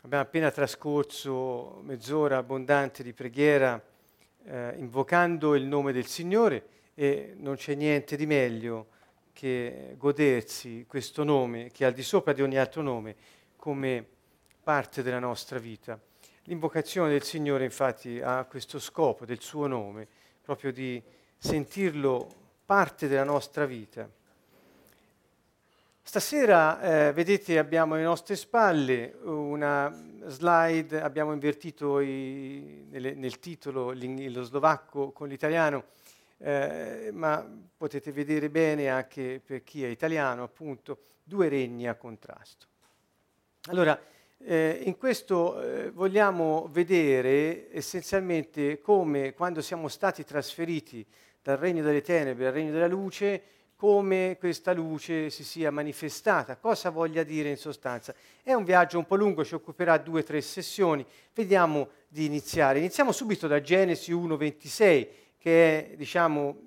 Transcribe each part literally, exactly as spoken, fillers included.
Abbiamo appena trascorso mezz'ora abbondante di preghiera eh, invocando il nome del Signore e non c'è niente di meglio che godersi questo nome che è al di sopra di ogni altro nome come parte della nostra vita. L'invocazione del Signore infatti ha questo scopo del suo nome, proprio di sentirlo parte della nostra vita. Stasera, eh, vedete, abbiamo alle nostre spalle una slide, abbiamo invertito i, nelle, nel titolo lo slovacco con l'italiano, eh, ma potete vedere bene anche per chi è italiano, appunto, due regni a contrasto. Allora, eh, in questo eh, vogliamo vedere essenzialmente come quando siamo stati trasferiti dal regno delle tenebre al regno della luce, come questa luce si sia manifestata, cosa voglia dire in sostanza. È un viaggio un po' lungo, ci occuperà due o tre sessioni, vediamo di iniziare. Iniziamo subito da Genesi uno ventisei, che è diciamo,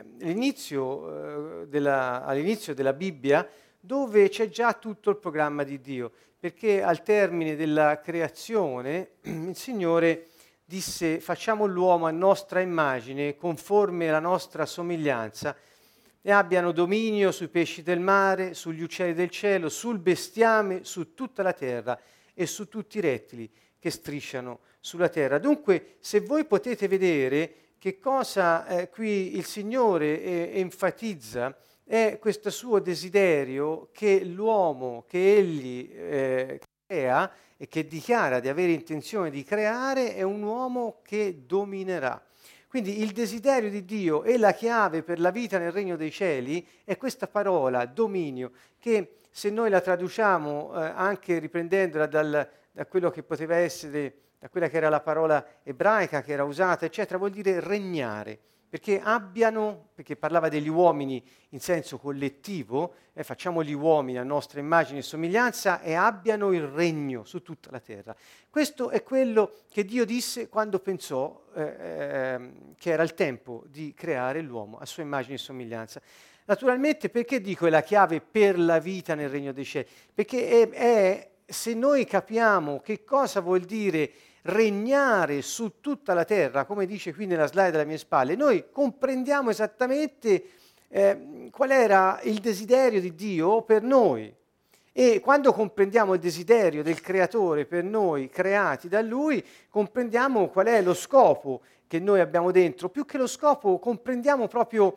l'inizio, eh, della, all'inizio della Bibbia, dove c'è già tutto il programma di Dio, perché al termine della creazione il Signore disse facciamo l'uomo a nostra immagine, conforme alla nostra somiglianza, e abbiano dominio sui pesci del mare, sugli uccelli del cielo, sul bestiame, su tutta la terra e su tutti i rettili che strisciano sulla terra. Dunque, se voi potete vedere che cosa eh, qui il Signore eh, enfatizza, è questo suo desiderio che l'uomo che egli eh, crea e che dichiara di avere intenzione di creare è un uomo che dominerà. Quindi il desiderio di Dio e la chiave per la vita nel regno dei cieli è questa parola, dominio, che se noi la traduciamo eh, anche riprendendola dal, da quello che poteva essere, da quella che era la parola ebraica che era usata, eccetera, vuol dire regnare. Perché abbiano, perché parlava degli uomini in senso collettivo, eh, facciamo gli uomini a nostra immagine e somiglianza e abbiano il regno su tutta la terra. Questo è quello che Dio disse quando pensò eh, eh, che era il tempo di creare l'uomo a sua immagine e somiglianza. Naturalmente perché dico è la chiave per la vita nel regno dei cieli? Perché è, è se noi capiamo che cosa vuol dire regnare su tutta la terra, come dice qui nella slide alle mie spalle, noi comprendiamo esattamente eh, qual era il desiderio di Dio per noi. E quando comprendiamo il desiderio del Creatore per noi, creati da Lui, comprendiamo qual è lo scopo che noi abbiamo dentro. Più che lo scopo, comprendiamo proprio,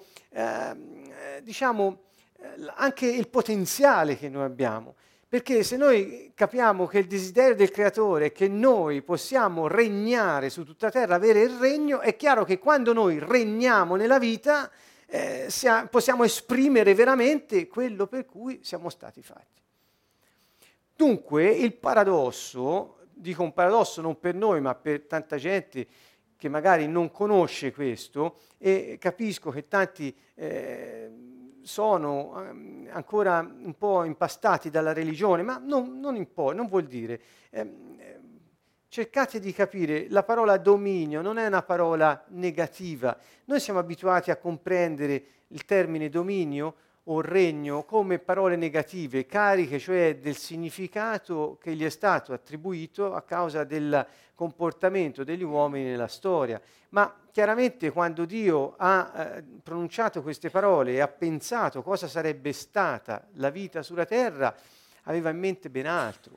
eh, diciamo, anche il potenziale che noi abbiamo. Perché se noi capiamo che il desiderio del Creatore è che noi possiamo regnare su tutta la terra, avere il regno, è chiaro che quando noi regniamo nella vita eh, sia, possiamo esprimere veramente quello per cui siamo stati fatti. Dunque il paradosso, dico un paradosso non per noi ma per tanta gente che magari non conosce questo, e capisco che tanti eh, sono eh, ancora un po' impastati dalla religione, ma non, non, un po', non vuol dire. Eh, cercate di capire, la parola dominio non è una parola negativa. Noi siamo abituati a comprendere il termine dominio o regno come parole negative, cariche cioè del significato che gli è stato attribuito a causa del comportamento degli uomini nella storia. Ma chiaramente quando Dio ha eh, pronunciato queste parole e ha pensato cosa sarebbe stata la vita sulla terra, aveva in mente ben altro.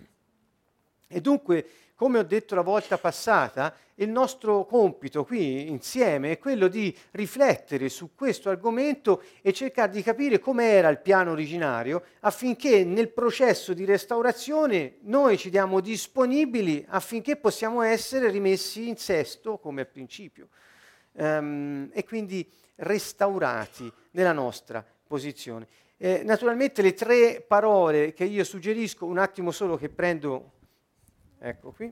E dunque, come ho detto la volta passata, il nostro compito qui insieme è quello di riflettere su questo argomento e cercare di capire come era il piano originario affinché nel processo di restaurazione noi ci diamo disponibili affinché possiamo essere rimessi in sesto come al principio um, e quindi restaurati nella nostra posizione. Eh, naturalmente le tre parole che io suggerisco, un attimo solo che prendo... Ecco qui.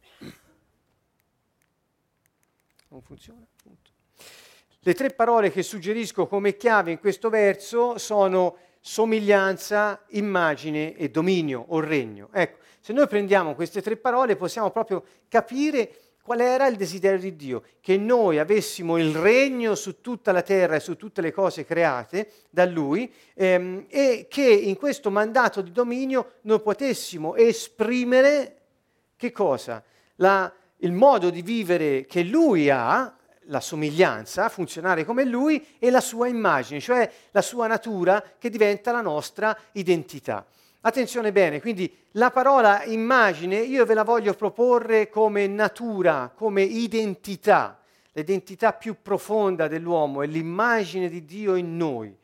Non funziona. Appunto. Le tre parole che suggerisco come chiave in questo verso sono somiglianza, immagine e dominio o regno. Ecco, se noi prendiamo queste tre parole possiamo proprio capire qual era il desiderio di Dio, che noi avessimo il regno su tutta la terra e su tutte le cose create da Lui ehm, e che in questo mandato di dominio noi potessimo esprimere Che cosa? La, il modo di vivere che lui ha, la somiglianza, funzionare come lui, e la sua immagine, cioè la sua natura che diventa la nostra identità. Attenzione bene, quindi la parola immagine io ve la voglio proporre come natura, come identità. L'identità più profonda dell'uomo è l'immagine di Dio in noi.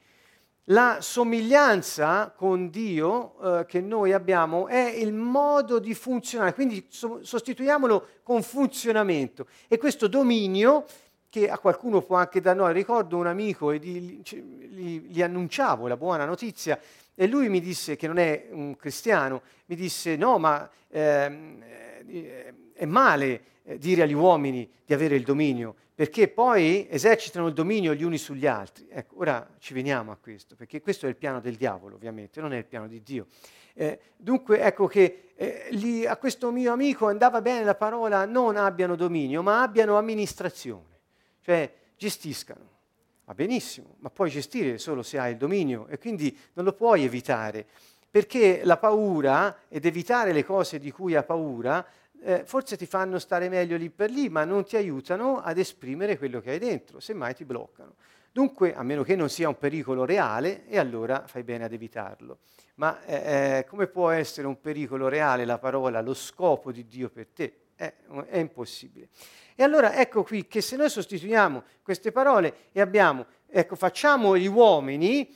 La somiglianza con Dio eh, che noi abbiamo è il modo di funzionare, quindi so- sostituiamolo con funzionamento. E questo dominio, che a qualcuno può anche da noi, ricordo un amico e gli, gli, gli annunciavo la buona notizia, e lui mi disse, che non è un cristiano, mi disse no, ma ehm, eh, è male eh, dire agli uomini di avere il dominio, perché poi esercitano il dominio gli uni sugli altri. Ecco, ora ci veniamo a questo, perché questo è il piano del diavolo, ovviamente, non è il piano di Dio. Eh, dunque, ecco che eh, lì, a questo mio amico andava bene la parola non abbiano dominio, ma abbiano amministrazione, cioè gestiscano. Va benissimo, ma puoi gestire solo se hai il dominio e quindi non lo puoi evitare, perché la paura ed evitare le cose di cui hai paura eh, forse ti fanno stare meglio lì per lì, ma non ti aiutano ad esprimere quello che hai dentro, semmai ti bloccano. Dunque, a meno che non sia un pericolo reale, e allora fai bene ad evitarlo. Ma eh, come può essere un pericolo reale la parola, lo scopo di Dio per te? È, è impossibile. E allora ecco qui che se noi sostituiamo queste parole e abbiamo, ecco, facciamo gli uomini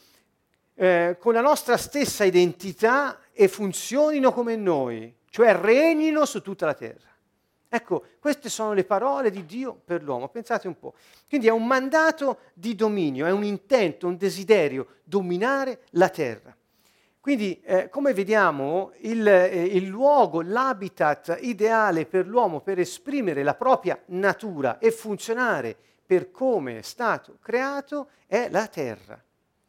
eh, con la nostra stessa identità e funzionino come noi, cioè regnino su tutta la terra. Ecco, queste sono le parole di Dio per l'uomo, pensate un po'. Quindi è un mandato di dominio, è un intento, un desiderio, dominare la terra. Quindi, eh, come vediamo, il, eh, il luogo, l'habitat ideale per l'uomo per esprimere la propria natura e funzionare per come è stato creato è la terra.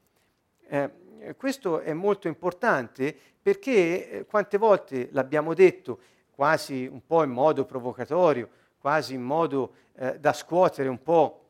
Eh, questo è molto importante perché eh, quante volte l'abbiamo detto, quasi un po' in modo provocatorio, quasi in modo eh, da scuotere un po'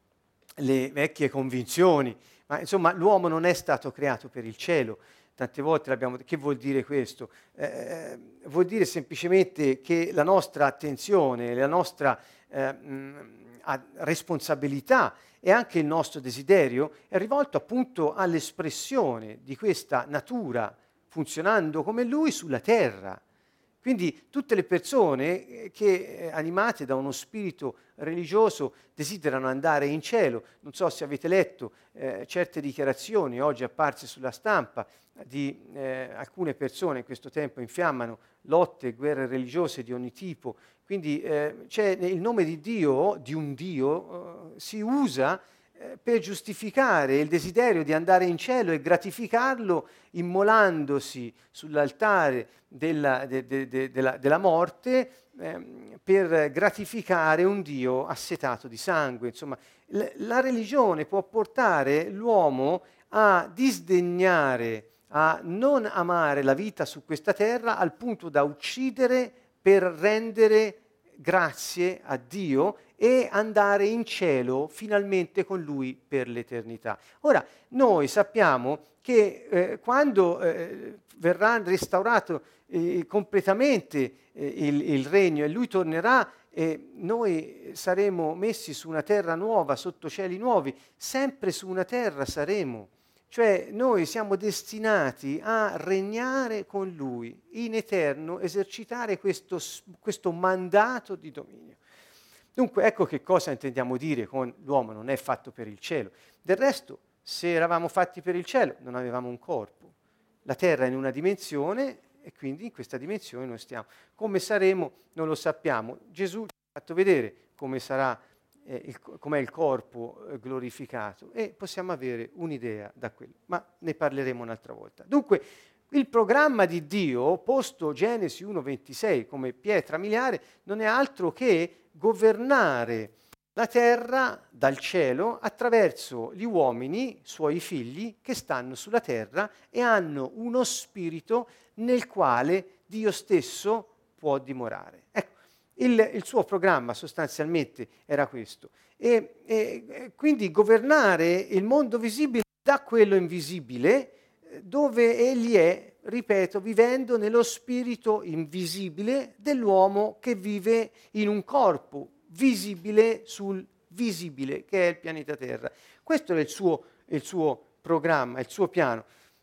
le vecchie convinzioni, ma insomma l'uomo non è stato creato per il cielo. Tante volte l'abbiamo detto. Che vuol dire questo? Eh, vuol dire semplicemente che la nostra attenzione, la nostra eh, mh, responsabilità e anche il nostro desiderio è rivolto appunto all'espressione di questa natura funzionando come lui sulla terra. Quindi tutte le persone che, animate da uno spirito religioso, desiderano andare in cielo. Non so se avete letto eh, certe dichiarazioni oggi apparse sulla stampa di eh, alcune persone in questo tempo infiammano lotte, guerre religiose di ogni tipo. Quindi eh, c'è il nome di Dio, di un Dio, eh, si usa eh, per giustificare il desiderio di andare in cielo e gratificarlo immolandosi sull'altare della, de, de, de, della, della morte eh, per gratificare un Dio assetato di sangue. Insomma, l- la religione può portare l'uomo a disdegnare, a non amare la vita su questa terra al punto da uccidere per rendere grazie a Dio e andare in cielo finalmente con Lui per l'eternità. Ora, noi sappiamo che eh, quando eh, verrà restaurato eh, completamente eh, il, il regno e Lui tornerà, e noi saremo messi su una terra nuova, sotto cieli nuovi, sempre su una terra saremo. Cioè noi siamo destinati a regnare con Lui in eterno, esercitare questo, questo mandato di dominio. Dunque ecco che cosa intendiamo dire con l'uomo non è fatto per il cielo. Del resto, se eravamo fatti per il cielo, non avevamo un corpo. La terra è in una dimensione e quindi in questa dimensione noi stiamo. Come saremo non lo sappiamo. Gesù ci ha fatto vedere come sarà Eh, il, com'è il corpo eh, glorificato e possiamo avere un'idea da quello, ma ne parleremo un'altra volta. Dunque, il programma di Dio, posto Genesi uno ventisei come pietra miliare, non è altro che governare la terra dal cielo attraverso gli uomini, suoi figli, che stanno sulla terra e hanno uno spirito nel quale Dio stesso può dimorare. Ecco, Il, il suo programma sostanzialmente era questo. E, e quindi governare il mondo visibile da quello invisibile, dove egli è ripeto, vivendo nello spirito invisibile dell'uomo che vive in un corpo visibile sul visibile, che è il pianeta Terra. Questo è il suo, il suo programma, il suo piano,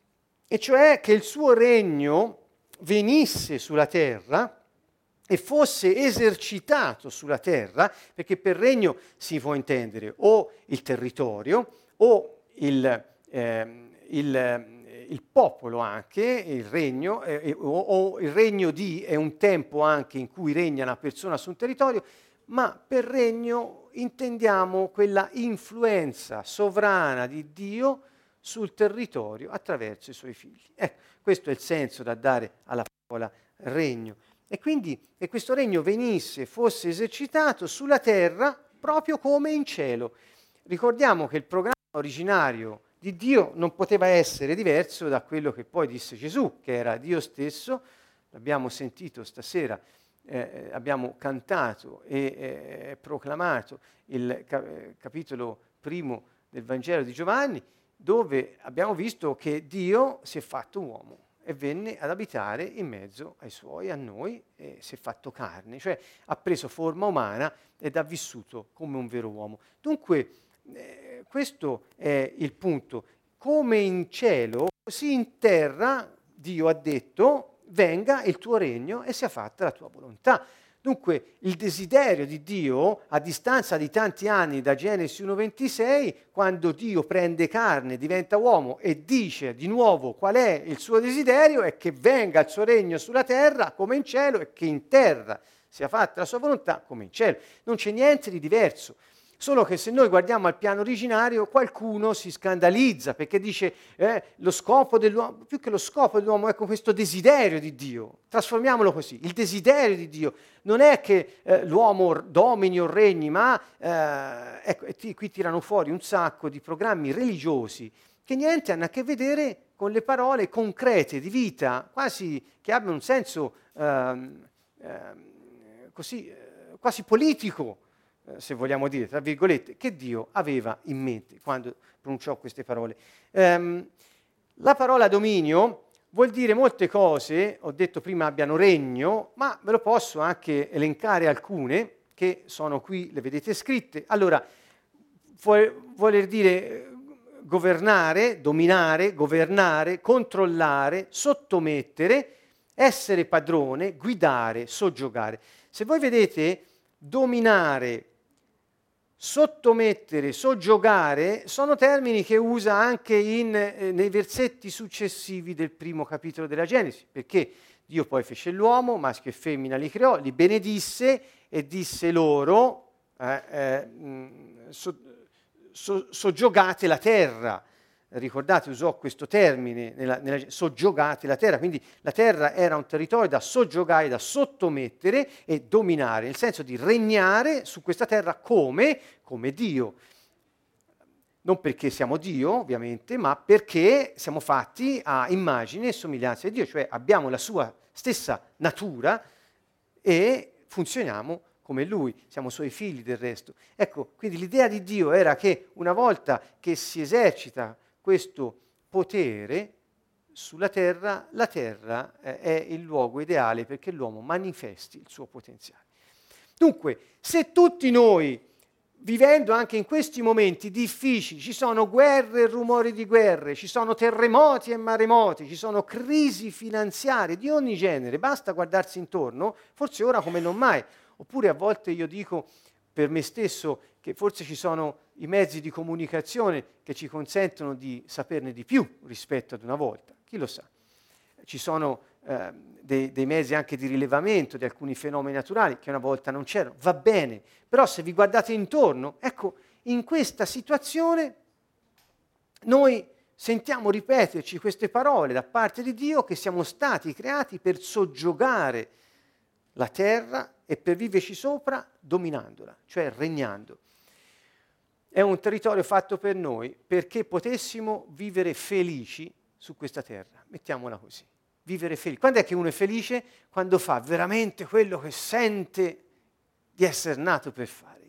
e cioè che il suo regno venisse sulla terra e fosse esercitato sulla terra, perché per regno si può intendere o il territorio o il, eh, il, il popolo anche, il regno, eh, o, o il regno di è un tempo anche in cui regna una persona su un territorio, ma per regno intendiamo quella influenza sovrana di Dio sul territorio attraverso i suoi figli. Ecco, questo è il senso da dare alla parola regno. E quindi che questo regno venisse, fosse esercitato sulla terra proprio come in cielo. Ricordiamo che il programma originario di Dio non poteva essere diverso da quello che poi disse Gesù, che era Dio stesso, l'abbiamo sentito stasera, eh, abbiamo cantato e eh, proclamato il ca- capitolo primo del Vangelo di Giovanni, dove abbiamo visto che Dio si è fatto uomo e venne ad abitare in mezzo ai suoi, a noi, e si è fatto carne, cioè ha preso forma umana ed ha vissuto come un vero uomo. Dunque, eh, questo è il punto. Come in cielo, così in terra, Dio ha detto, venga il tuo regno e sia fatta la tua volontà. Dunque, il desiderio di Dio, a distanza di tanti anni da Genesi uno ventisei, quando Dio prende carne, diventa uomo e dice di nuovo qual è il suo desiderio, è che venga il suo regno sulla terra come in cielo e che in terra sia fatta la sua volontà come in cielo. Non c'è niente di diverso. Solo che se noi guardiamo al piano originario, qualcuno si scandalizza perché dice eh, lo scopo dell'uomo, più che lo scopo dell'uomo, ecco questo desiderio di Dio. Trasformiamolo così, il desiderio di Dio non è che eh, l'uomo domini o regni, ma eh, ecco, e t- qui tirano fuori un sacco di programmi religiosi che niente hanno a che vedere con le parole concrete di vita, quasi che abbiano un senso ehm, ehm, così, eh, quasi politico, se vogliamo dire, tra virgolette, che Dio aveva in mente quando pronunciò queste parole. Um, la parola dominio vuol dire molte cose, ho detto prima abbiano regno, ma ve lo posso anche elencare alcune, che sono qui, le vedete scritte. Allora, vuol, vuol dire governare, dominare, governare, controllare, sottomettere, essere padrone, guidare, soggiogare. Se voi vedete, dominare, sottomettere, soggiogare sono termini che usa anche in, eh, nei versetti successivi del primo capitolo della Genesi, perché Dio poi fece l'uomo, maschio e femmina li creò, li benedisse e disse loro eh, eh, so, so, soggiogate la terra. Ricordate, usò questo termine, nella, nella, soggiogate la terra, quindi la terra era un territorio da soggiogare, da sottomettere e dominare, nel senso di regnare su questa terra come, come Dio. Non perché siamo Dio, ovviamente, ma perché siamo fatti a immagine e somiglianza di Dio, cioè abbiamo la sua stessa natura e funzioniamo come Lui, siamo Suoi figli del resto. Ecco, quindi l'idea di Dio era che una volta che si esercita questo potere sulla terra, la terra eh, è il luogo ideale perché l'uomo manifesti il suo potenziale. Dunque, se tutti noi, vivendo anche in questi momenti difficili, ci sono guerre e rumori di guerre, ci sono terremoti e maremoti, ci sono crisi finanziarie di ogni genere, basta guardarsi intorno, forse ora come non mai. Oppure a volte io dico per me stesso che forse ci sono i mezzi di comunicazione che ci consentono di saperne di più rispetto ad una volta, chi lo sa. Ci sono eh, dei, dei mezzi anche di rilevamento di alcuni fenomeni naturali che una volta non c'erano, va bene, però se vi guardate intorno, ecco, in questa situazione noi sentiamo ripeterci queste parole da parte di Dio che siamo stati creati per soggiogare la terra e per viverci sopra dominandola, cioè regnando. È un territorio fatto per noi perché potessimo vivere felici su questa terra, mettiamola così, vivere felici. Quando è che uno è felice? Quando fa veramente quello che sente di essere nato per fare,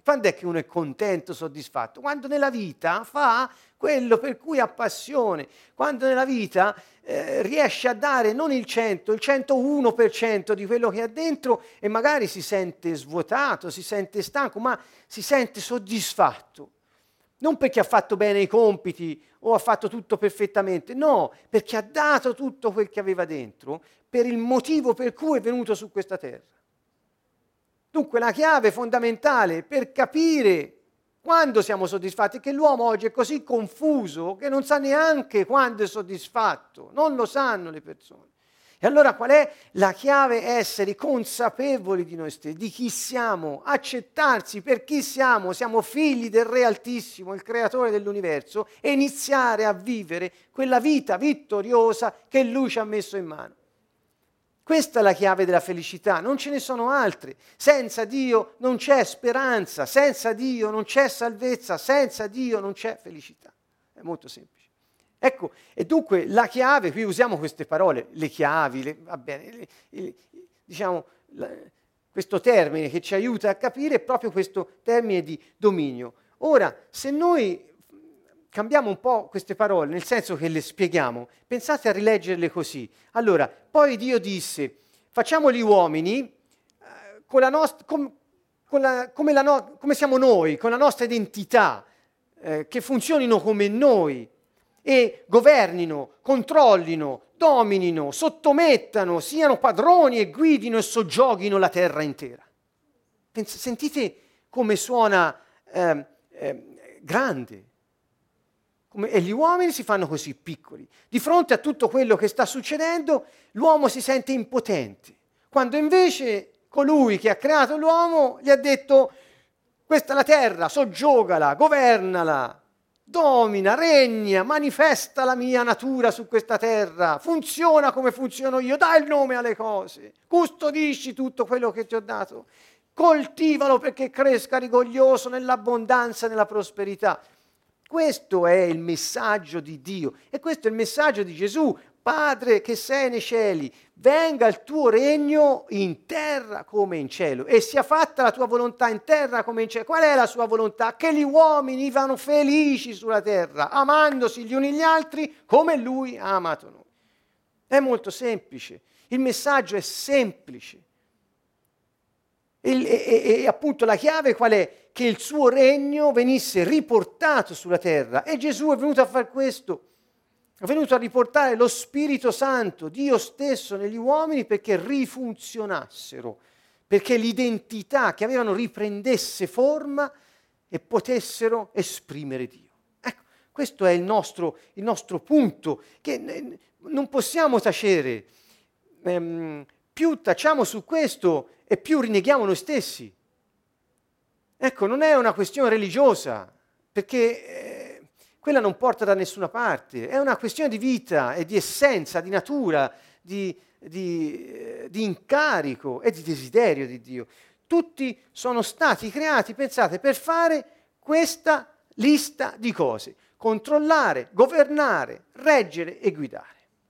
Quando è che uno è contento, soddisfatto? Quando nella vita fa quello per cui ha passione, quando nella vita eh, riesce a dare non il cento, il centouno per cento di quello che ha dentro e magari si sente svuotato, si sente stanco, ma si sente soddisfatto. Non perché ha fatto bene i compiti o ha fatto tutto perfettamente, no, perché ha dato tutto quel che aveva dentro per il motivo per cui è venuto su questa terra. Dunque la chiave fondamentale per capire quando siamo soddisfatti è che l'uomo oggi è così confuso che non sa neanche quando è soddisfatto, non lo sanno le persone. E allora qual è la chiave? Essere consapevoli di noi stessi, di chi siamo, accettarsi per chi siamo, siamo figli del Re Altissimo, il creatore dell'universo, e iniziare a vivere quella vita vittoriosa che Lui ci ha messo in mano. Questa è la chiave della felicità, non ce ne sono altre. Senza Dio non c'è speranza, senza Dio non c'è salvezza, senza Dio non c'è felicità. È molto semplice. Ecco, e dunque la chiave, qui usiamo queste parole, le chiavi, le, va bene, le, le, diciamo, la, questo termine che ci aiuta a capire è proprio questo termine di dominio. Ora, se noi cambiamo un po' queste parole, nel senso che le spieghiamo, pensate a rileggerle così. Allora, poi Dio disse, facciamoli uomini eh, con la nost- com- con la, come, la no- come siamo noi, con la nostra identità, eh, che funzionino come noi e governino, controllino, dominino, sottomettano, siano padroni e guidino e soggioghino la terra intera. Pens- sentite come suona eh, eh, grande. E gli uomini si fanno così piccoli. Di fronte a tutto quello che sta succedendo, l'uomo si sente impotente. Quando invece colui che ha creato l'uomo gli ha detto: questa è la terra, soggiogala, governala, domina, regna, manifesta la mia natura su questa terra, funziona come funziono io, dai il nome alle cose, custodisci tutto quello che ti ho dato, coltivalo perché cresca rigoglioso nell'abbondanza e nella prosperità. Questo è il messaggio di Dio e questo è il messaggio di Gesù. Padre che sei nei cieli, venga il tuo regno in terra come in cielo e sia fatta la tua volontà in terra come in cielo. Qual è la sua volontà? Che gli uomini vivano felici sulla terra, amandosi gli uni gli altri come Lui ha amato noi. È molto semplice, il messaggio è semplice. E, e, e appunto la chiave qual è? Che il suo regno venisse riportato sulla terra e Gesù è venuto a fare questo, è venuto a riportare lo Spirito Santo, Dio stesso negli uomini perché rifunzionassero, perché l'identità che avevano riprendesse forma e potessero esprimere Dio. Ecco, questo è il nostro, il nostro punto, che non possiamo tacere. Ehm, più tacciamo su questo e più rinneghiamo noi stessi. Ecco, non è una questione religiosa, perché eh, quella non porta da nessuna parte, è una questione di vita e di essenza, di natura, di, di, eh, di incarico e di desiderio di Dio. Tutti sono stati creati, pensate, per fare questa lista di cose: controllare, governare, reggere e guidare.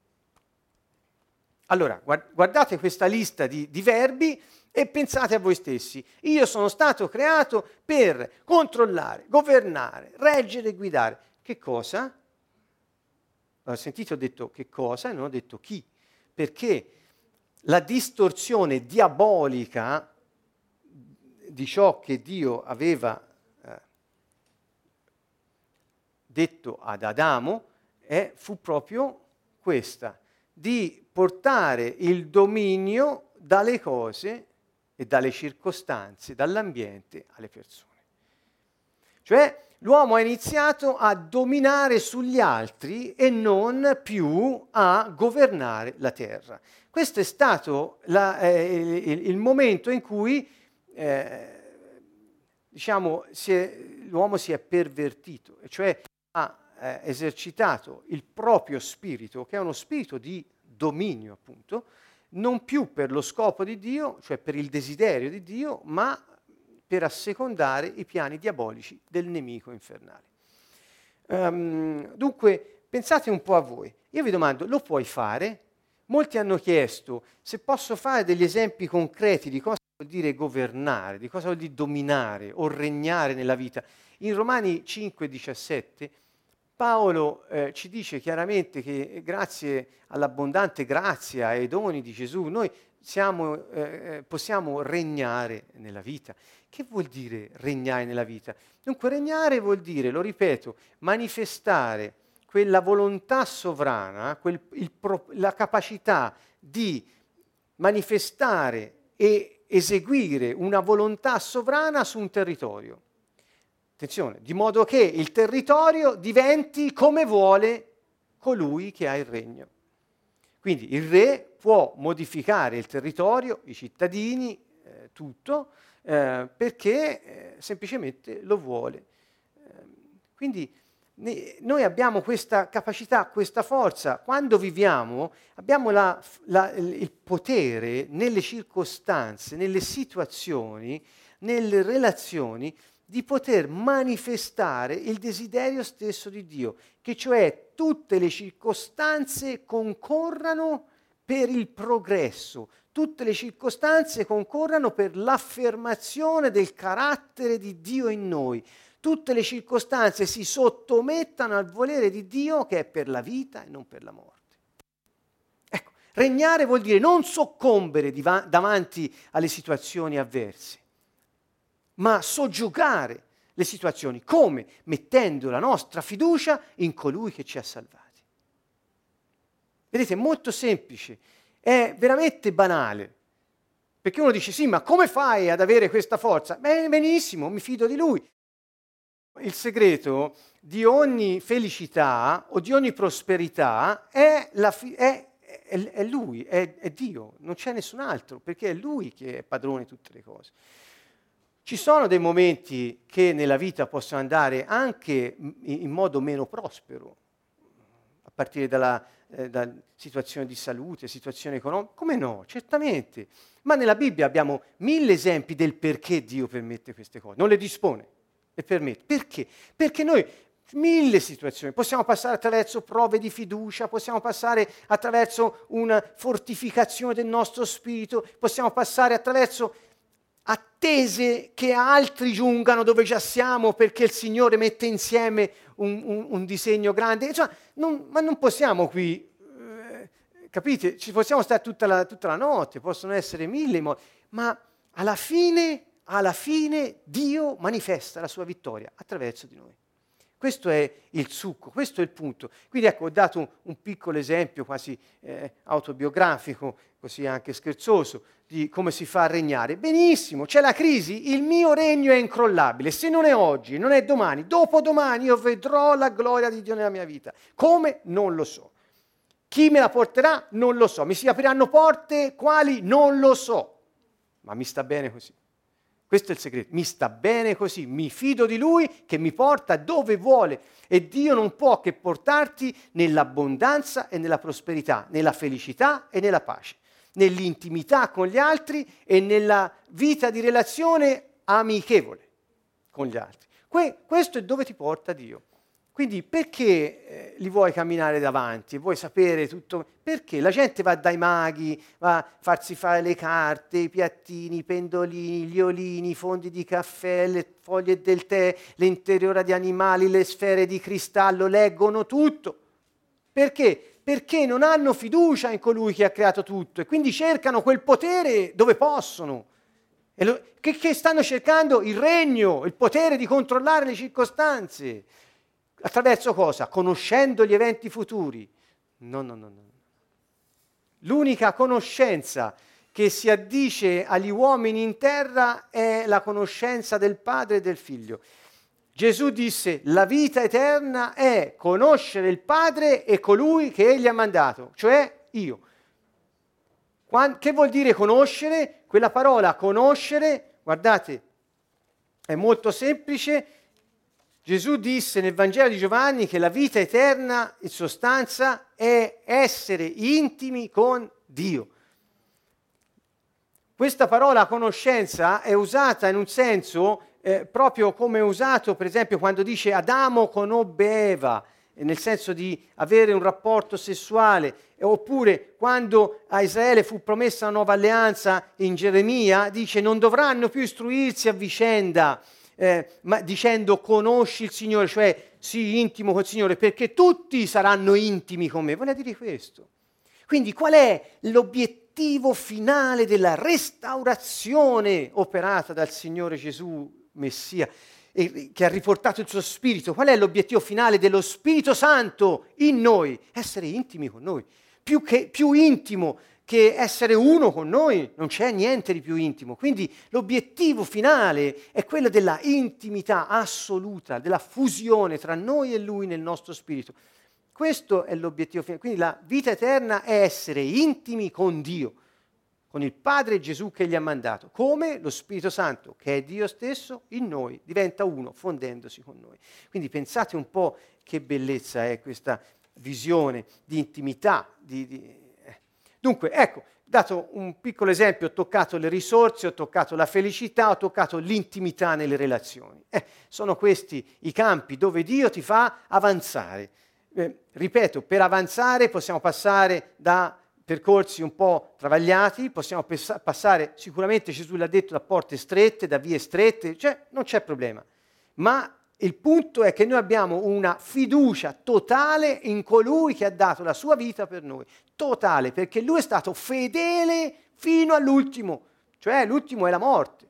Allora, guardate questa lista di, di verbi e pensate a voi stessi. Io sono stato creato per controllare, governare, reggere e guidare. Che cosa? Ho sentito, ho detto che cosa e non ho detto chi. Perché la distorsione diabolica di ciò che Dio aveva eh, detto ad Adamo è, fu proprio questa: di portare il dominio dalle cose e dalle circostanze, dall'ambiente alle persone. Cioè l'uomo ha iniziato a dominare sugli altri e non più a governare la terra. Questo è stato la, eh, il, il momento in cui eh, diciamo, si è, l'uomo si è pervertito, cioè ha eh, esercitato il proprio spirito, che è uno spirito di dominio, appunto, non più per lo scopo di Dio, cioè per il desiderio di Dio, ma per assecondare i piani diabolici del nemico infernale. Um, dunque, pensate un po' a voi. Io vi domando, lo puoi fare? Molti hanno chiesto se posso fare degli esempi concreti di cosa vuol vuol dire governare, di cosa vuol dire dominare o regnare nella vita. In Romani cinque diciassette Paolo eh, ci dice chiaramente che grazie all'abbondante grazia e ai doni di Gesù noi siamo, eh, possiamo regnare nella vita. Che vuol dire regnare nella vita? Dunque regnare vuol dire, lo ripeto, manifestare quella volontà sovrana, quel, il pro, la capacità di manifestare e eseguire una volontà sovrana su un territorio. Attenzione, di modo che il territorio diventi come vuole colui che ha il regno. Quindi il re può modificare il territorio, i cittadini, eh, tutto, eh, perché eh, semplicemente lo vuole. Eh, quindi ne, noi abbiamo questa capacità, questa forza. Quando viviamo abbiamo la, la, il potere nelle circostanze, nelle situazioni, nelle relazioni, di poter manifestare il desiderio stesso di Dio, che cioè tutte le circostanze concorrano per il progresso, tutte le circostanze concorrano per l'affermazione del carattere di Dio in noi, tutte le circostanze si sottomettano al volere di Dio che è per la vita e non per la morte. Ecco, regnare vuol dire non soccombere diva- davanti alle situazioni avverse, ma soggiogare le situazioni. Come? Mettendo la nostra fiducia in colui che ci ha salvati. Vedete, è molto semplice, è veramente banale, perché uno dice sì, ma come fai ad avere questa forza? Beh, benissimo, mi fido di lui. Il segreto di ogni felicità o di ogni prosperità è, la fi- è, è, è lui, è, è Dio, non c'è nessun altro, perché è lui che è padrone di tutte le cose. Ci sono dei momenti che nella vita possono andare anche in modo meno prospero, a partire dalla, eh, da situazione di salute, situazione economica. Come no? Certamente. Ma nella Bibbia abbiamo mille esempi del perché Dio permette queste cose. Non le dispone, le permette. Perché? Perché noi mille situazioni, possiamo passare attraverso prove di fiducia, possiamo passare attraverso una fortificazione del nostro spirito, possiamo passare attraverso attese che altri giungano dove già siamo perché il Signore mette insieme un, un, un disegno grande. Insomma, non, ma non possiamo qui, eh, capite? Ci possiamo stare tutta la, tutta la notte, possono essere mille modi, ma alla fine, alla fine Dio manifesta la sua vittoria attraverso di noi. Questo è il succo, questo è il punto. Quindi ecco, ho dato un, un piccolo esempio quasi eh, autobiografico, così anche scherzoso, di come si fa a regnare. Benissimo, c'è la crisi, il mio regno è incrollabile. Se non è oggi, non è domani, dopodomani io vedrò la gloria di Dio nella mia vita. Come? Non lo so. Chi me la porterà? Non lo so. Mi si apriranno porte? Quali? Non lo so. Ma mi sta bene così. Questo è il segreto, mi sta bene così, mi fido di Lui che mi porta dove vuole e Dio non può che portarti nell'abbondanza e nella prosperità, nella felicità e nella pace, nell'intimità con gli altri e nella vita di relazione amichevole con gli altri. Que- questo è dove ti porta Dio. Quindi perché eh, li vuoi camminare davanti? Vuoi sapere tutto? Perché la gente va dai maghi, va a farsi fare le carte, i piattini, i pendolini, gli olini, i fondi di caffè, le foglie del tè, le interiora di animali, le sfere di cristallo, leggono tutto. Perché? Perché non hanno fiducia in colui che ha creato tutto e quindi cercano quel potere dove possono. E lo, che, che stanno cercando? Il regno, il potere di controllare le circostanze. Attraverso cosa? Conoscendo gli eventi futuri. No, no, no, no. L'unica conoscenza che si addice agli uomini in terra è la conoscenza del Padre e del Figlio. Gesù disse, la vita eterna è conoscere il Padre e colui che Egli ha mandato, cioè io. Quando, che vuol dire conoscere? Quella parola conoscere, guardate, è molto semplice. Gesù disse nel Vangelo di Giovanni che la vita eterna, in sostanza, è essere intimi con Dio. Questa parola conoscenza è usata in un senso eh, proprio come è usato, per esempio, quando dice Adamo conobbe Eva. nel senso di avere un rapporto sessuale, oppure quando a Israele fu promessa una nuova alleanza in Geremia, dice non dovranno più istruirsi a vicenda, eh, ma dicendo conosci il Signore, cioè sii intimo col Signore, perché tutti saranno intimi con me. Vuole dire questo. Quindi qual è l'obiettivo finale della restaurazione operata dal Signore Gesù Messia, e che ha riportato il suo Spirito? Qual è l'obiettivo finale dello Spirito Santo in noi? Essere intimi con noi. Più, che, più intimo che essere uno con noi, non c'è niente di più intimo. Quindi l'obiettivo finale è quello della intimità assoluta, della fusione tra noi e Lui nel nostro spirito. Questo è l'obiettivo finale. Quindi la vita eterna è essere intimi con Dio, con il Padre Gesù che gli ha mandato, come lo Spirito Santo, che è Dio stesso, in noi, diventa uno, fondendosi con noi. Quindi pensate un po' che bellezza è questa visione di intimità. Di, di... Eh. Dunque, ecco, dato un piccolo esempio, ho toccato le risorse, ho toccato la felicità, ho toccato l'intimità nelle relazioni. Eh, sono questi i campi dove Dio ti fa avanzare. Eh, ripeto, per avanzare possiamo passare da percorsi un po' travagliati, possiamo pessa- passare, sicuramente Gesù l'ha detto, da porte strette, da vie strette, cioè non c'è problema. Ma il punto è che noi abbiamo una fiducia totale in colui che ha dato la sua vita per noi, totale, perché lui è stato fedele fino all'ultimo, cioè l'ultimo è la morte.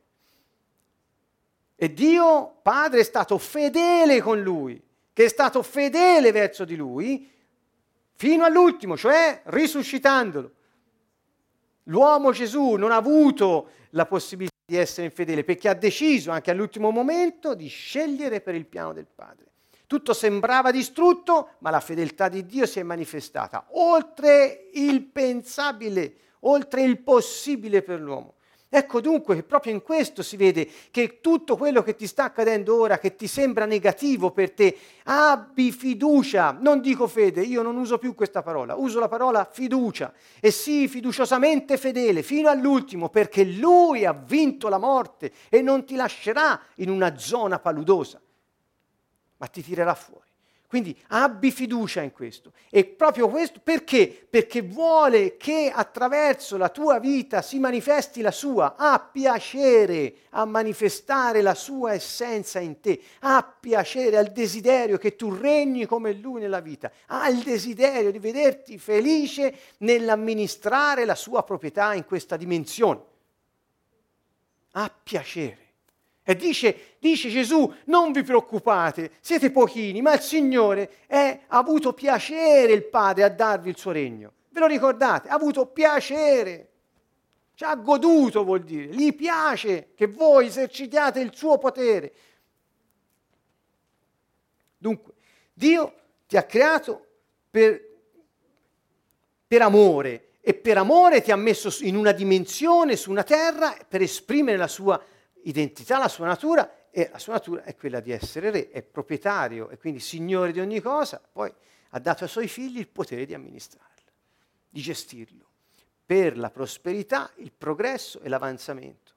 E Dio Padre è stato fedele con lui, che è stato fedele verso di lui, fino all'ultimo, cioè risuscitandolo. L'uomo Gesù non ha avuto la possibilità di essere infedele perché ha deciso anche all'ultimo momento di scegliere per il piano del Padre. Tutto sembrava distrutto, ma la fedeltà di Dio si è manifestata oltre il pensabile, oltre il possibile per l'uomo. Ecco dunque che proprio in questo si vede che tutto quello che ti sta accadendo ora, che ti sembra negativo per te, abbi fiducia, non dico fede, io non uso più questa parola, uso la parola fiducia, e sii fiduciosamente fedele fino all'ultimo, perché Lui ha vinto la morte e non ti lascerà in una zona paludosa, ma ti tirerà fuori. Quindi abbi fiducia in questo. E proprio questo perché? Perché vuole che attraverso la tua vita si manifesti la sua, ha piacere a manifestare la sua essenza in te, ha piacere, ha il desiderio che tu regni come Lui nella vita, ha il desiderio di vederti felice nell'amministrare la sua proprietà in questa dimensione. Ha piacere. E dice, dice Gesù, non vi preoccupate, siete pochini, ma il Signore è, ha avuto piacere, il Padre, a darvi il suo regno. Ve lo ricordate? Ha avuto piacere, ci ha goduto, vuol dire, gli piace che voi esercitiate il suo potere. Dunque, Dio ti ha creato per, per amore, e per amore ti ha messo in una dimensione, su una terra, per esprimere la sua identità, la sua natura, e la sua natura è quella di essere re, è proprietario e quindi signore di ogni cosa, poi ha dato ai suoi figli il potere di amministrarlo, di gestirlo, per la prosperità, il progresso e l'avanzamento.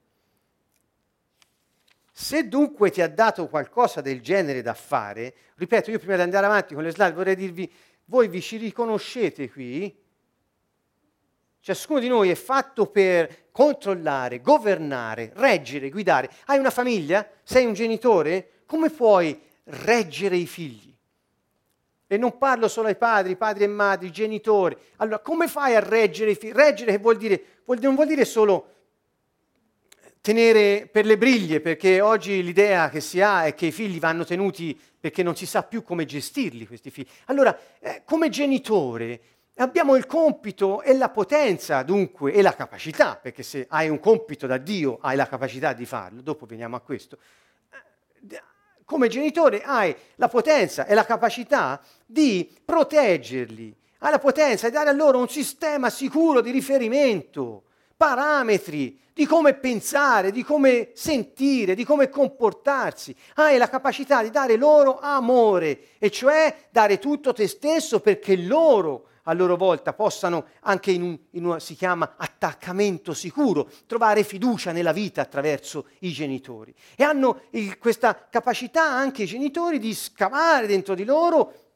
Se dunque ti ha dato qualcosa del genere da fare, ripeto, io prima di andare avanti con le slide vorrei dirvi, voi vi ci riconoscete qui? Ciascuno di noi è fatto per controllare, governare, reggere, guidare. Hai una famiglia? Sei un genitore? Come puoi reggere i figli? E non parlo solo ai padri, padri e madri, genitori. Allora, come fai a reggere i figli? Reggere che vuol dire? Vuol, non vuol dire solo tenere per le briglie, perché oggi l'idea che si ha è che i figli vanno tenuti perché non si sa più come gestirli questi figli. Allora, eh, come genitore abbiamo il compito e la potenza, dunque, e la capacità, perché se hai un compito da Dio hai la capacità di farlo, dopo veniamo a questo. Come genitore hai la potenza e la capacità di proteggerli, hai la potenza di dare a loro un sistema sicuro di riferimento, parametri di come pensare, di come sentire, di come comportarsi. Hai la capacità di dare loro amore, e cioè dare tutto te stesso perché loro a loro volta possano anche in un, in una, si chiama attaccamento sicuro, trovare fiducia nella vita attraverso i genitori. E hanno il, questa capacità anche i genitori di scavare dentro di loro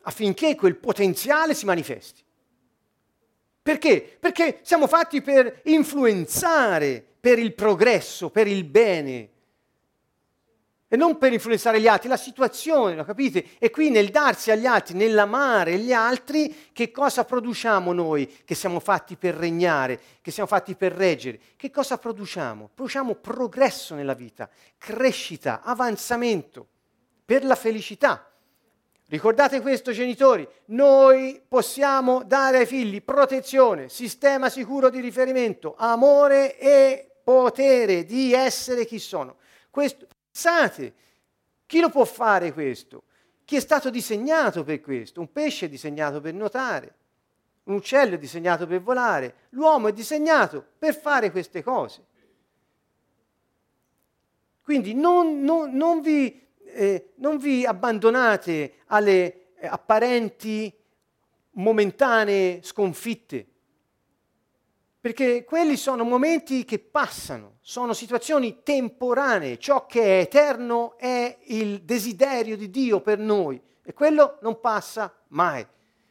affinché quel potenziale si manifesti. Perché? Perché siamo fatti per influenzare, per il progresso, per il bene, e non per influenzare gli altri, la situazione, lo capite? E qui nel darsi agli altri, nell'amare gli altri, che cosa produciamo noi che siamo fatti per regnare, che siamo fatti per reggere? Che cosa produciamo? Produciamo progresso nella vita, crescita, avanzamento, per la felicità. Ricordate questo, genitori, noi possiamo dare ai figli protezione, sistema sicuro di riferimento, amore e potere di essere chi sono. Questo, pensate, chi lo può fare questo? Chi è stato disegnato per questo? Un pesce è disegnato per nuotare, un uccello è disegnato per volare, l'uomo è disegnato per fare queste cose. Quindi non, non, non vi... Eh, non vi abbandonate alle eh, apparenti, momentanee sconfitte, perché quelli sono momenti che passano, sono situazioni temporanee. Ciò che è eterno è il desiderio di Dio per noi e quello non passa mai.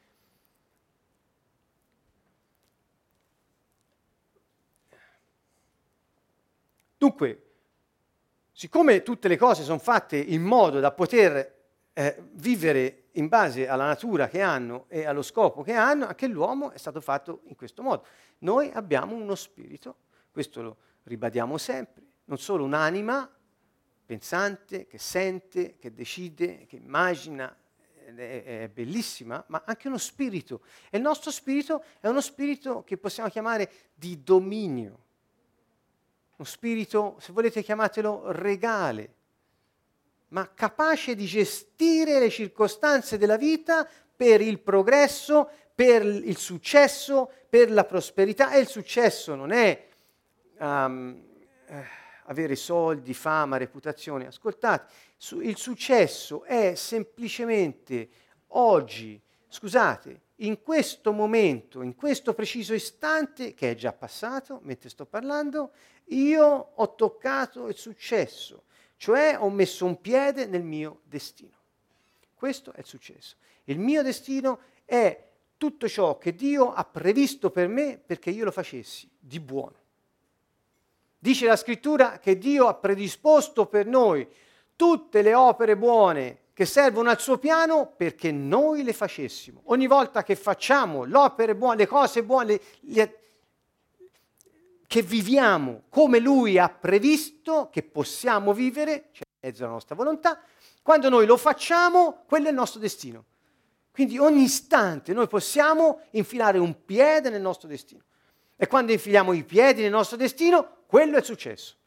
Dunque, siccome tutte le cose sono fatte in modo da poter eh, vivere in base alla natura che hanno e allo scopo che hanno, anche l'uomo è stato fatto in questo modo. Noi abbiamo uno spirito, questo lo ribadiamo sempre, non solo un'anima pensante, che sente, che decide, che immagina, è, è bellissima, ma anche uno spirito. E il nostro spirito è uno spirito che possiamo chiamare di dominio. Uno spirito, se volete chiamatelo regale, ma capace di gestire le circostanze della vita per il progresso, per il successo, per la prosperità. E il successo non è um, eh, avere soldi, fama, reputazione. Ascoltate, su, il successo è semplicemente oggi, scusate, in questo momento, in questo preciso istante, che è già passato, mentre sto parlando, io ho toccato il successo, cioè ho messo un piede nel mio destino. Questo è il successo. Il mio destino è tutto ciò che Dio ha previsto per me perché io lo facessi di buono. Dice la Scrittura che Dio ha predisposto per noi tutte le opere buone che servono al suo piano perché noi le facessimo. Ogni volta che facciamo l'opere buone, le cose buone, le, le, che viviamo come Lui ha previsto, che possiamo vivere, cioè in mezzo alla nostra volontà, quando noi lo facciamo, quello è il nostro destino. Quindi ogni istante noi possiamo infilare un piede nel nostro destino. E quando infiliamo i piedi nel nostro destino, quello è il successo.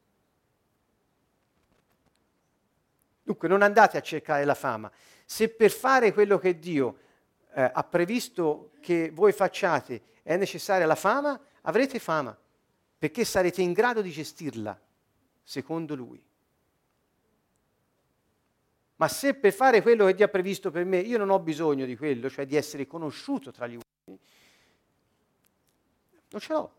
Dunque non andate a cercare la fama. Se per fare quello che Dio eh, ha previsto che voi facciate è necessaria la fama, avrete fama, perché sarete in grado di gestirla, secondo Lui. Ma se per fare quello che Dio ha previsto per me, io non ho bisogno di quello, cioè di essere conosciuto tra gli uomini, non ce l'ho.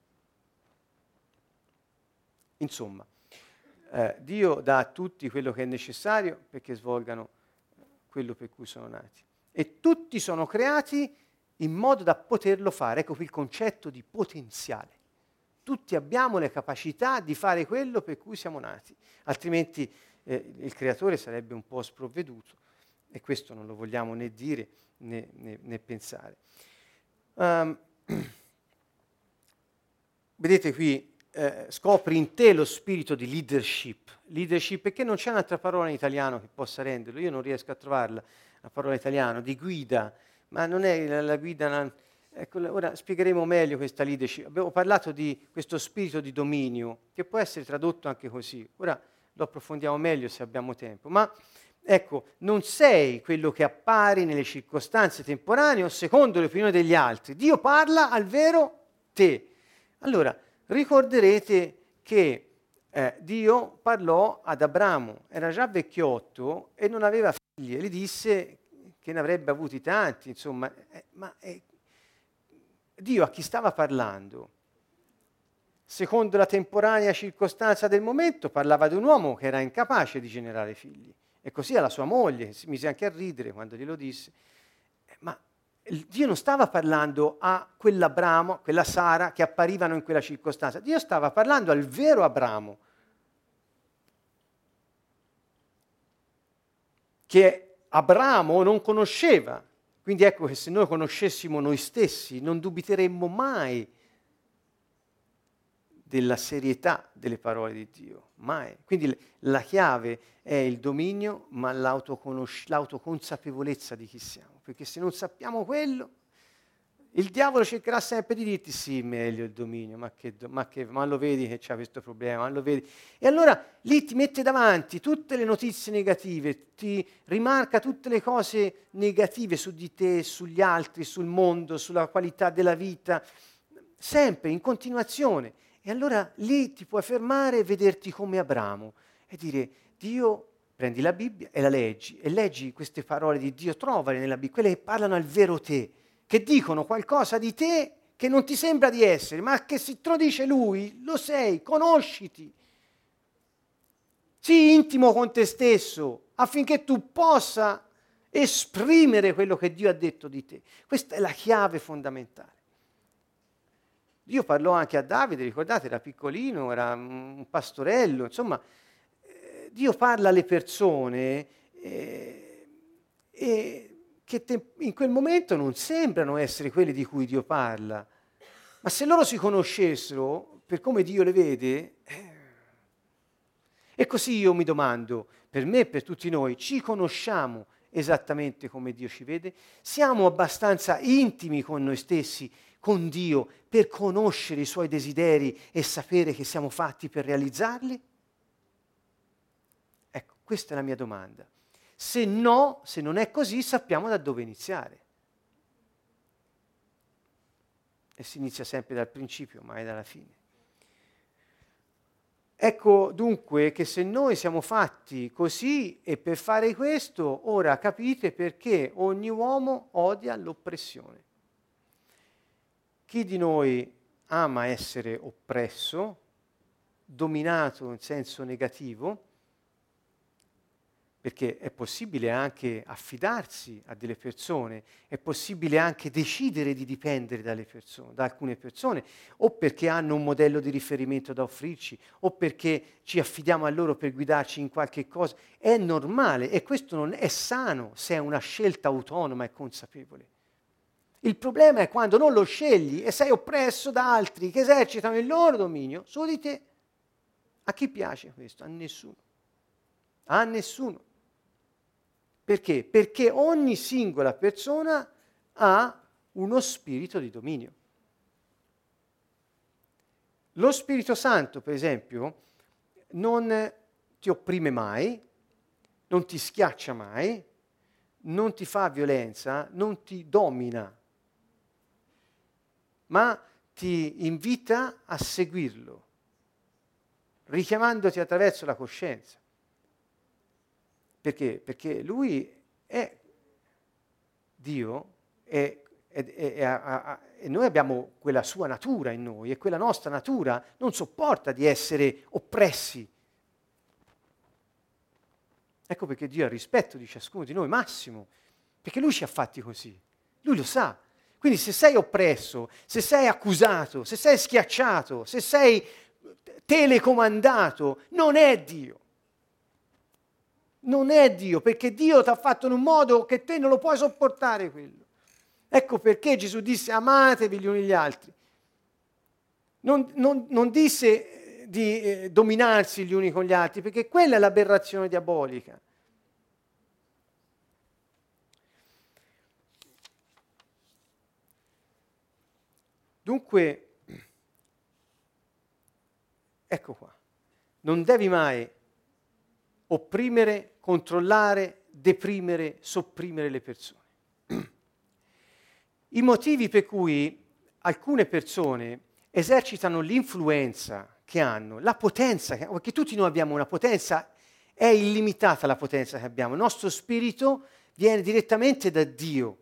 Insomma, eh, Dio dà a tutti quello che è necessario perché svolgano quello per cui sono nati. E tutti sono creati in modo da poterlo fare. Ecco qui il concetto di potenziale. Tutti abbiamo le capacità di fare quello per cui siamo nati, altrimenti eh, il creatore sarebbe un po' sprovveduto e questo non lo vogliamo né dire né, né, né pensare. Um, vedete qui, eh, scopri in te lo spirito di leadership. Leadership perché non c'è un'altra parola in italiano che possa renderlo, io non riesco a trovarla, la parola italiana, di guida, ma non è la, la guida... La, ecco, ora spiegheremo meglio questa leadership. Abbiamo parlato di questo spirito di dominio, che può essere tradotto anche così. Ora lo approfondiamo meglio se abbiamo tempo. Ma ecco, non sei quello che appari nelle circostanze temporanee o secondo l'opinione degli altri. Dio parla al vero te. Allora, ricorderete che eh, Dio parlò ad Abramo. Era già vecchiotto e non aveva figli. E gli disse che ne avrebbe avuti tanti, insomma. Eh, ma... Eh, Dio a chi stava parlando? Secondo la temporanea circostanza del momento, parlava di un uomo che era incapace di generare figli. E così alla sua moglie, si mise anche a ridere quando glielo disse. Ma Dio non stava parlando a quell'Abramo, quella Sara che apparivano in quella circostanza. Dio stava parlando al vero Abramo, che Abramo non conosceva. Quindi ecco che se noi conoscessimo noi stessi non dubiteremmo mai della serietà delle parole di Dio, mai. Quindi la chiave è il dominio, ma l'autoconosc- l'autoconsapevolezza di chi siamo, perché se non sappiamo quello, il diavolo cercherà sempre di dirti sì, meglio il dominio, ma, che, ma, che, ma lo vedi che c'ha questo problema, ma lo vedi. E allora lì ti mette davanti tutte le notizie negative, ti rimarca tutte le cose negative su di te, sugli altri, sul mondo, sulla qualità della vita, sempre, in continuazione. E allora lì ti puoi fermare e vederti come Abramo e dire, Dio, prendi la Bibbia e la leggi, e leggi queste parole di Dio, trovale nella Bibbia, quelle che parlano al vero te, che dicono qualcosa di te che non ti sembra di essere, ma che se te lo dice Lui, lo sei, conosciti. Sii intimo con te stesso, affinché tu possa esprimere quello che Dio ha detto di te. Questa è la chiave fondamentale. Dio parlò anche a Davide, ricordate, era piccolino, era un pastorello, insomma, eh, Dio parla alle persone eh, e che te, in quel momento non sembrano essere quelli di cui Dio parla, ma se loro si conoscessero per come Dio le vede, eh, e così io mi domando, per me e per tutti noi, ci conosciamo esattamente come Dio ci vede? Siamo abbastanza intimi con noi stessi, con Dio, per conoscere i Suoi desideri e sapere che siamo fatti per realizzarli? Ecco, questa è la mia domanda. Se no, se non è così, sappiamo da dove iniziare. E si inizia sempre dal principio, mai dalla fine. Ecco dunque che se noi siamo fatti così e per fare questo, ora capite perché ogni uomo odia l'oppressione. Chi di noi ama essere oppresso, dominato in senso negativo, perché è possibile anche affidarsi a delle persone, è possibile anche decidere di dipendere dalle persone, da alcune persone, o perché hanno un modello di riferimento da offrirci, o perché ci affidiamo a loro per guidarci in qualche cosa. È normale e questo non è sano se è una scelta autonoma e consapevole. Il problema è quando non lo scegli e sei oppresso da altri che esercitano il loro dominio su di te. A chi piace questo? A nessuno. A nessuno. Perché? Perché ogni singola persona ha uno spirito di dominio. Lo Spirito Santo, per esempio, non ti opprime mai, non ti schiaccia mai, non ti fa violenza, non ti domina, ma ti invita a seguirlo, richiamandoti attraverso la coscienza. Perché? Perché lui è Dio è, è, è, è, è, e noi abbiamo quella sua natura in noi e quella nostra natura non sopporta di essere oppressi. Ecco perché Dio ha rispetto di ciascuno di noi, massimo, perché lui ci ha fatti così, lui lo sa. Quindi se sei oppresso, se sei accusato, se sei schiacciato, se sei telecomandato, non è Dio. Non è Dio, perché Dio ti ha fatto in un modo che te non lo puoi sopportare quello. Ecco perché Gesù disse amatevi gli uni gli altri. Non, non, non disse di eh, dominarsi gli uni con gli altri, perché quella è l'aberrazione diabolica. Dunque, ecco qua, non devi mai opprimere, controllare, deprimere, sopprimere le persone. I motivi per cui alcune persone esercitano l'influenza che hanno, la potenza, perché tutti noi abbiamo una potenza, è illimitata la potenza che abbiamo, il nostro spirito viene direttamente da Dio.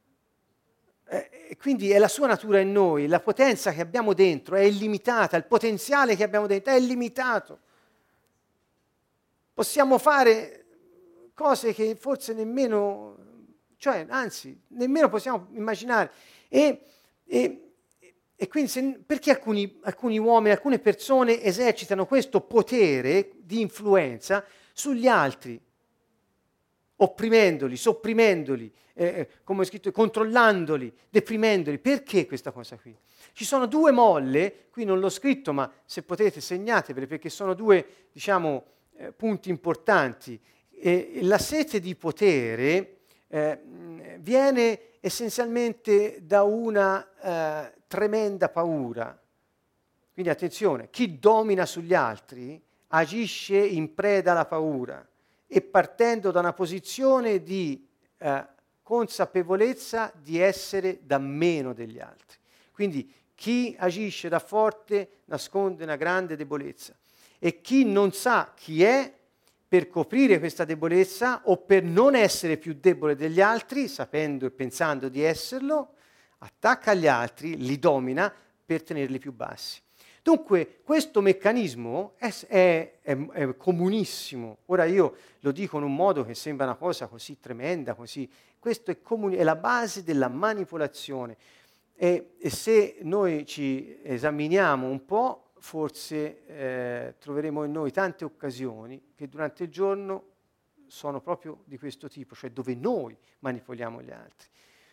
E quindi è la sua natura in noi, la potenza che abbiamo dentro è illimitata, il potenziale che abbiamo dentro è illimitato. Possiamo fare cose che forse nemmeno, cioè anzi, nemmeno possiamo immaginare. E, e, e quindi se, perché alcuni, alcuni uomini, alcune persone esercitano questo potere di influenza sugli altri, opprimendoli, sopprimendoli, eh, come ho scritto, controllandoli, deprimendoli. Perché questa cosa qui? Ci sono due molle, qui non l'ho scritto, ma se potete segnatevele, perché sono due, diciamo, eh, punti importanti. E la sete di potere eh, viene essenzialmente da una eh, tremenda paura. Quindi attenzione, chi domina sugli altri agisce in preda alla paura e partendo da una posizione di eh, consapevolezza di essere da meno degli altri. Quindi chi agisce da forte nasconde una grande debolezza e chi non sa chi è, per coprire questa debolezza o per non essere più debole degli altri, sapendo e pensando di esserlo, attacca gli altri, li domina per tenerli più bassi. Dunque questo meccanismo è, è, è, è comunissimo. Ora io lo dico in un modo che sembra una cosa così tremenda, così. Questo è, comuni- è la base della manipolazione. E, e se noi ci esaminiamo un po', forse eh, troveremo in noi tante occasioni che durante il giorno sono proprio di questo tipo, cioè dove noi manipoliamo gli altri.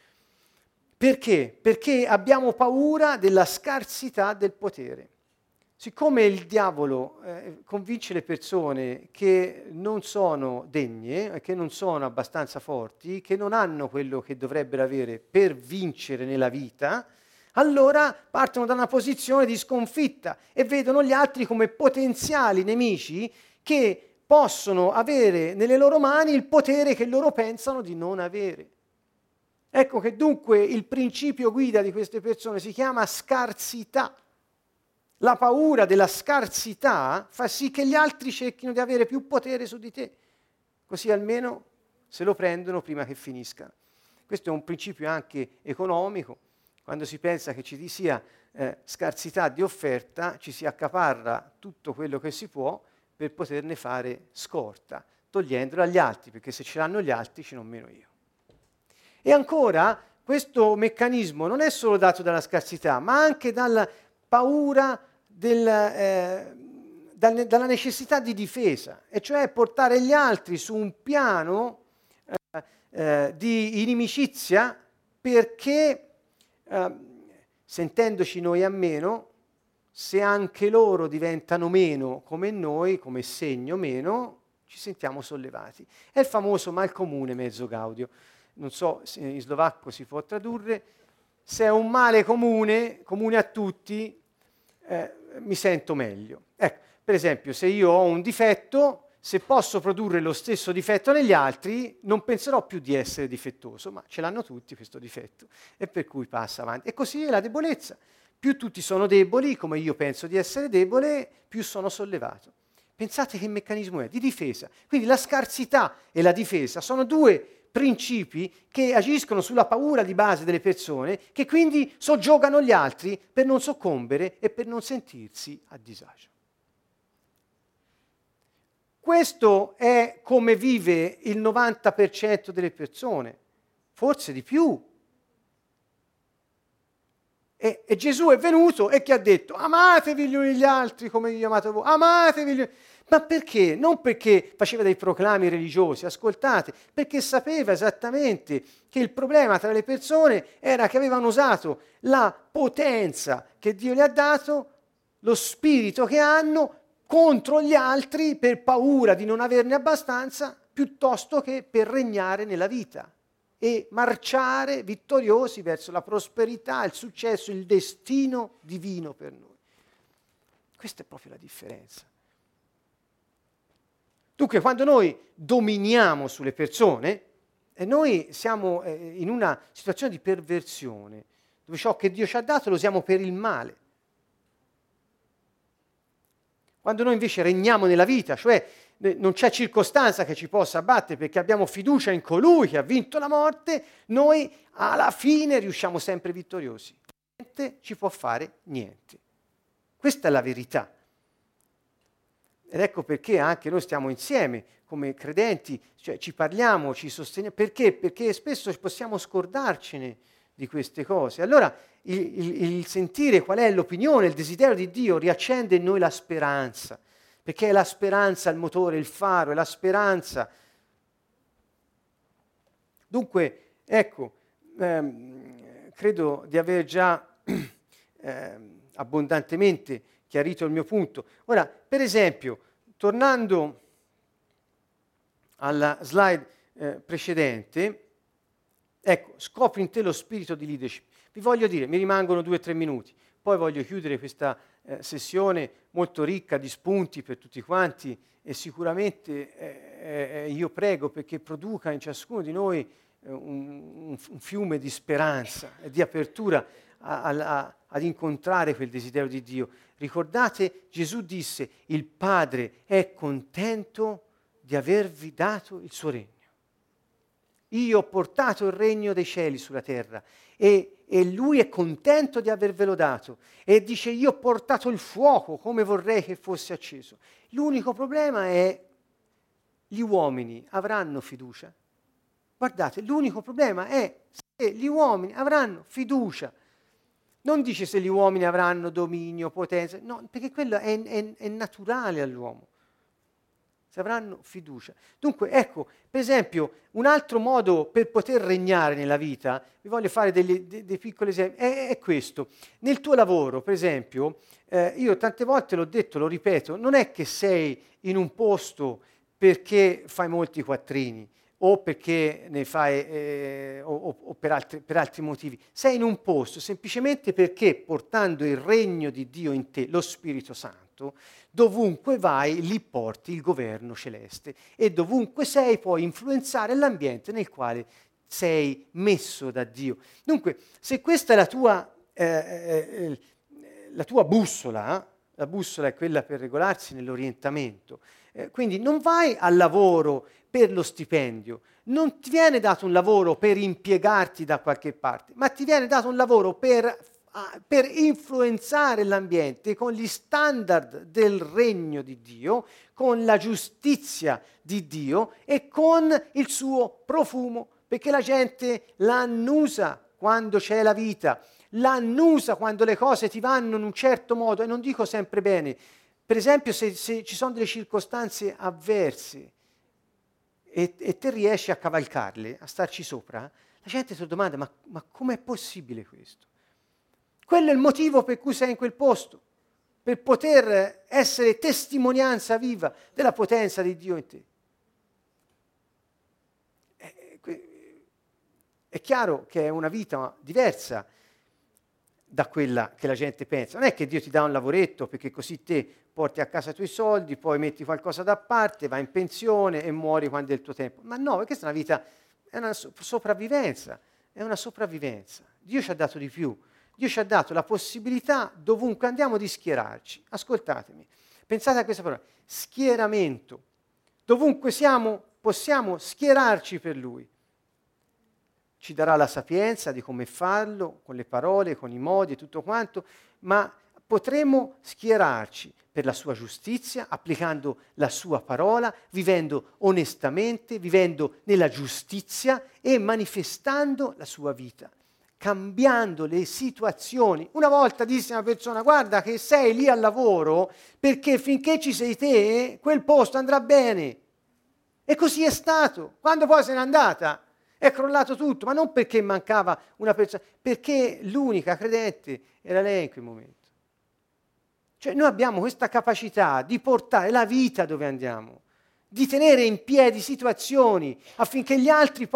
Perché? Perché abbiamo paura della scarsità del potere. Siccome il diavolo eh, convince le persone che non sono degne, che non sono abbastanza forti, che non hanno quello che dovrebbero avere per vincere nella vita, allora partono da una posizione di sconfitta e vedono gli altri come potenziali nemici che possono avere nelle loro mani il potere che loro pensano di non avere. Ecco che dunque il principio guida di queste persone si chiama scarsità. La paura della scarsità fa sì che gli altri cerchino di avere più potere su di te, così almeno se lo prendono prima che finisca. Questo è un principio anche economico. Quando si pensa che ci sia eh, scarsità di offerta, ci si accaparra tutto quello che si può per poterne fare scorta, togliendolo agli altri, perché se ce l'hanno gli altri ce l'ho meno io. E ancora, questo meccanismo non è solo dato dalla scarsità, ma anche dalla paura del, eh, dal, dalla necessità di difesa, e cioè portare gli altri su un piano eh, eh, di inimicizia perché Uh, sentendoci noi a meno, se anche loro diventano meno come noi, come segno meno, ci sentiamo sollevati. È il famoso mal comune mezzo gaudio. Non so se in slovacco si può tradurre. Se è un male comune, comune a tutti, eh, mi sento meglio. Ecco, per esempio, se io ho un difetto, se posso produrre lo stesso difetto negli altri, non penserò più di essere difettoso, ma ce l'hanno tutti questo difetto, e per cui passa avanti. E così è la debolezza. Più tutti sono deboli, come io penso di essere debole, più sono sollevato. Pensate che meccanismo è? Di difesa. Quindi la scarsità e la difesa sono due principi che agiscono sulla paura di base delle persone, che quindi soggiogano gli altri per non soccombere e per non sentirsi a disagio. Questo è come vive il novanta per cento delle persone, forse di più. E, e Gesù è venuto e che ha detto: amatevi gli uni gli altri come io ho amato voi, amatevi gli uni. Ma perché? Non perché faceva dei proclami religiosi, ascoltate, perché sapeva esattamente che il problema tra le persone era che avevano usato la potenza che Dio gli ha dato, lo spirito che hanno, contro gli altri per paura di non averne abbastanza, piuttosto che per regnare nella vita e marciare vittoriosi verso la prosperità, il successo, il destino divino per noi. Questa è proprio la differenza. Dunque, quando noi dominiamo sulle persone, eh, noi siamo eh, in una situazione di perversione, dove ciò che Dio ci ha dato lo usiamo per il male. Quando noi invece regniamo nella vita, cioè eh, non c'è circostanza che ci possa abbattere perché abbiamo fiducia in colui che ha vinto la morte, noi alla fine riusciamo sempre vittoriosi. Niente ci può fare niente. Questa è la verità. ed ecco perché anche noi stiamo insieme come credenti, cioè ci parliamo, ci sosteniamo. Perché? Perché spesso possiamo scordarcene di queste cose. Allora il, il, il sentire qual è l'opinione, il desiderio di Dio riaccende in noi la speranza, perché è la speranza il motore, il faro, è la speranza. Dunque, ecco, ehm, credo di aver già ehm, abbondantemente chiarito il mio punto. Ora, per esempio, tornando alla slide eh, precedente, ecco, scopri in te lo spirito di leadership. Vi voglio dire, mi rimangono due o tre minuti, poi voglio chiudere questa eh, sessione molto ricca di spunti per tutti quanti e sicuramente eh, eh, io prego perché produca in ciascuno di noi eh, un, un, un fiume di speranza e di apertura a, a, ad incontrare quel desiderio di Dio. Ricordate, Gesù disse, il Padre è contento di avervi dato il suo regno. Io ho portato il regno dei cieli sulla terra e, e lui è contento di avervelo dato e dice io ho portato il fuoco come vorrei che fosse acceso. L'unico problema è gli uomini avranno fiducia? Guardate, l'unico problema è se gli uomini avranno fiducia. Non dice se gli uomini avranno dominio, potenza, no, perché quello è, è, è naturale all'uomo. Se avranno fiducia. Dunque, ecco, per esempio, un altro modo per poter regnare nella vita, vi voglio fare degli, dei, dei piccoli esempi, è, è questo. Nel tuo lavoro, per esempio, eh, io tante volte l'ho detto, lo ripeto, non è che sei in un posto perché fai molti quattrini, o perché ne fai, eh, o, o per, altri, per altri motivi. Sei in un posto semplicemente perché portando il regno di Dio in te, lo Spirito Santo, dovunque vai lì porti il governo celeste e dovunque sei puoi influenzare l'ambiente nel quale sei messo da Dio. Dunque, se questa è la tua, eh, eh, la tua bussola, la bussola è quella per regolarsi nell'orientamento, eh, quindi non vai al lavoro per lo stipendio, non ti viene dato un lavoro per impiegarti da qualche parte, ma ti viene dato un lavoro per, per influenzare l'ambiente con gli standard del regno di Dio, con la giustizia di Dio e con il suo profumo, perché la gente l'annusa quando c'è la vita, l'annusa quando le cose ti vanno in un certo modo, e non dico sempre bene. Per esempio, se, se ci sono delle circostanze avverse, E, e te riesci a cavalcarle, a starci sopra, la gente ti domanda, ma, ma com'è possibile questo? Quello è il motivo per cui sei in quel posto, per poter essere testimonianza viva della potenza di Dio in te. È, è chiaro che è una vita diversa da quella che la gente pensa. Non è che Dio ti dà un lavoretto perché così te porti a casa i tuoi soldi, poi metti qualcosa da parte, vai in pensione e muori quando è il tuo tempo. Ma no, questa è una vita, è una sopravvivenza, è una sopravvivenza. Dio ci ha dato di più. Dio ci ha dato la possibilità, dovunque andiamo, di schierarci. Ascoltatemi, pensate a questa parola, schieramento. Dovunque siamo, possiamo schierarci per Lui. Ci darà la sapienza di come farlo, con le parole, con i modi e tutto quanto, ma potremo schierarci per la sua giustizia, applicando la sua parola, vivendo onestamente, vivendo nella giustizia e manifestando la sua vita, cambiando le situazioni. Una volta disse una persona, guarda che sei lì al lavoro perché finché ci sei te, quel posto andrà bene. E così è stato. Quando poi se n'è andata, è crollato tutto, ma non perché mancava una persona, perché l'unica credente era lei in quel momento. Cioè noi abbiamo questa capacità di portare la vita dove andiamo, di tenere in piedi situazioni affinché gli altri